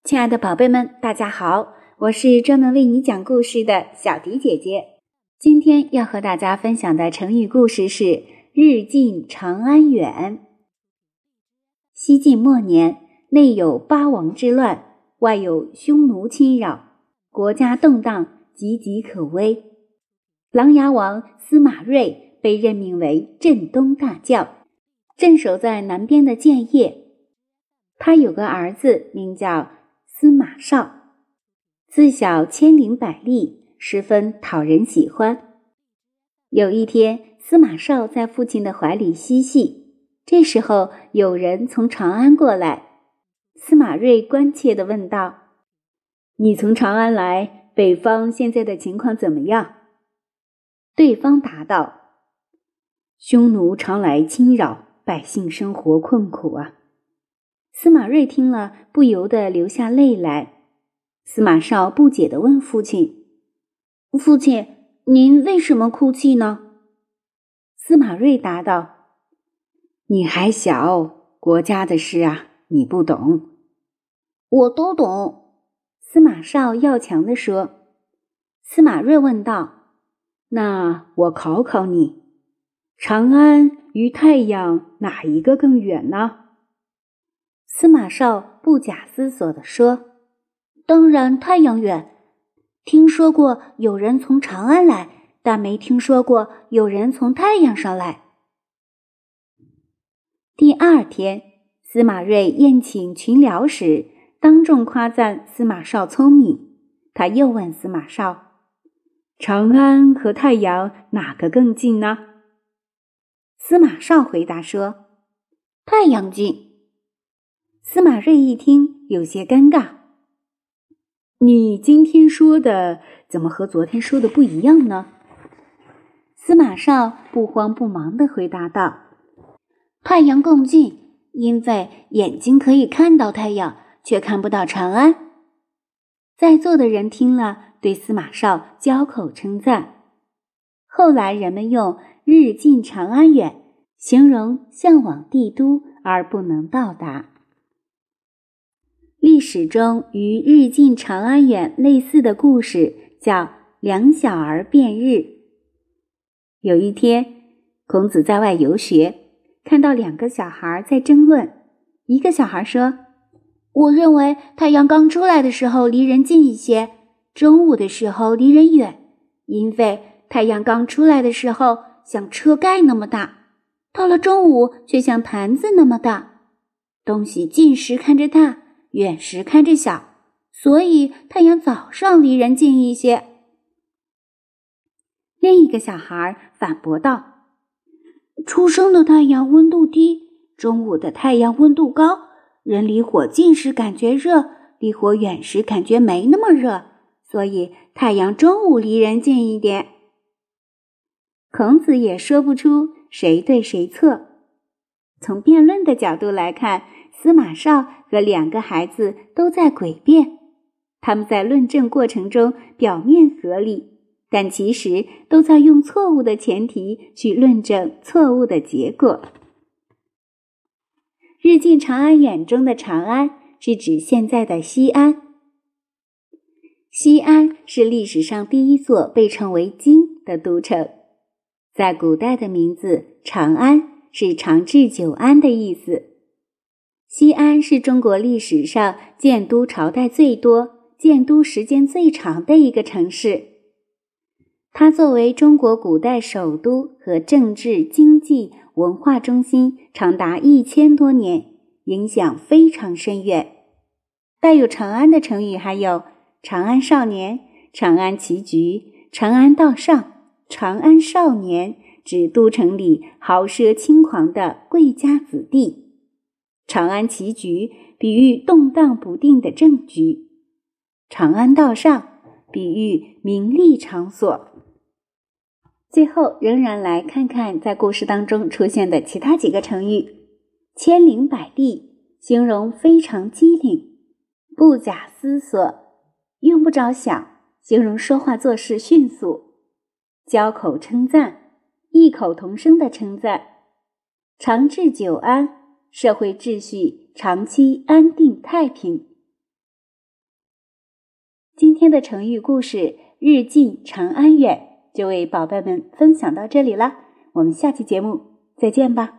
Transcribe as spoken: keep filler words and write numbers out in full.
亲爱的宝贝们，大家好，我是专门为你讲故事的小迪姐姐。今天要和大家分享的成语故事是日进长安远。西晋末年，内有八王之乱，外有匈奴侵扰，国家动荡，岌岌可危。琅琊王司马睿被任命为镇东大将，镇守在南边的建业。他有个儿子名叫司马绍，自小千灵百丽，十分讨人喜欢。有一天，司马绍在父亲的怀里嬉戏，这时候有人从长安过来。司马睿关切地问道：“你从长安来，北方现在的情况怎么样？”对方答道：“匈奴常来侵扰，百姓生活困苦啊。”司马睿听了，不由得流下泪来。司马绍不解地问父亲：“父亲，您为什么哭泣呢？”司马睿答道：“你还小，国家的事啊，你不懂。”“我都懂。”司马绍要强地说。司马睿问道：“那我考考你，长安与太阳哪一个更远呢？”司马绍不假思索地说：“当然太阳远。听说过有人从长安来，但没听说过有人从太阳上来。”第二天，司马睿宴请群僚时，当众夸赞司马绍聪明。他又问司马绍：“长安和太阳哪个更近呢？”司马绍回答说：“太阳近。”司马睿一听，有些尴尬。“你今天说的怎么和昨天说的不一样呢？”司马绍不慌不忙地回答道：“太阳更近，因为眼睛可以看到太阳，却看不到长安。”在座的人听了，对司马绍交口称赞。后来人们用日进长安远形容向往帝都而不能到达。历史中与日进长安远类似的故事叫两小儿辩日。有一天，孔子在外游学，看到两个小孩在争论。一个小孩说：“我认为太阳刚出来的时候离人近一些，中午的时候离人远，因为太阳刚出来的时候像车盖那么大，到了中午却像盘子那么大。东西近时看着大，远时看着小，所以太阳早上离人近一些。”另一个小孩反驳道：“初升的太阳温度低，中午的太阳温度高，人离火近时感觉热，离火远时感觉没那么热，所以太阳中午离人近一点。”孔子也说不出谁对谁错。从辩论的角度来看，司马绍和两个孩子都在诡辩。他们在论证过程中表面合理，但其实都在用错误的前提去论证错误的结果。日进长安远中的长安是指现在的西安。西安是历史上第一座被称为京的都城。在古代的名字长安是长治久安的意思。西安是中国历史上建都朝代最多、建都时间最长的一个城市。它作为中国古代首都和政治、经济、文化中心长达一千多年，影响非常深远。带有长安的成语还有长安少年、长安棋局、长安道上、长安少年，指都城里豪奢轻狂的贵家子弟；长安棋局比喻动荡不定的政局；长安道上比喻名利场所。最后仍然来看看在故事当中出现的其他几个成语。千灵百丽形容非常机灵，不假思索，用不着想，形容说话做事迅速，交口称赞，异口同声的称赞。长治久安，社会秩序长期安定太平。 天的成语故事日近长安远就为宝贝们分享到这里了，我们下期节目再见吧。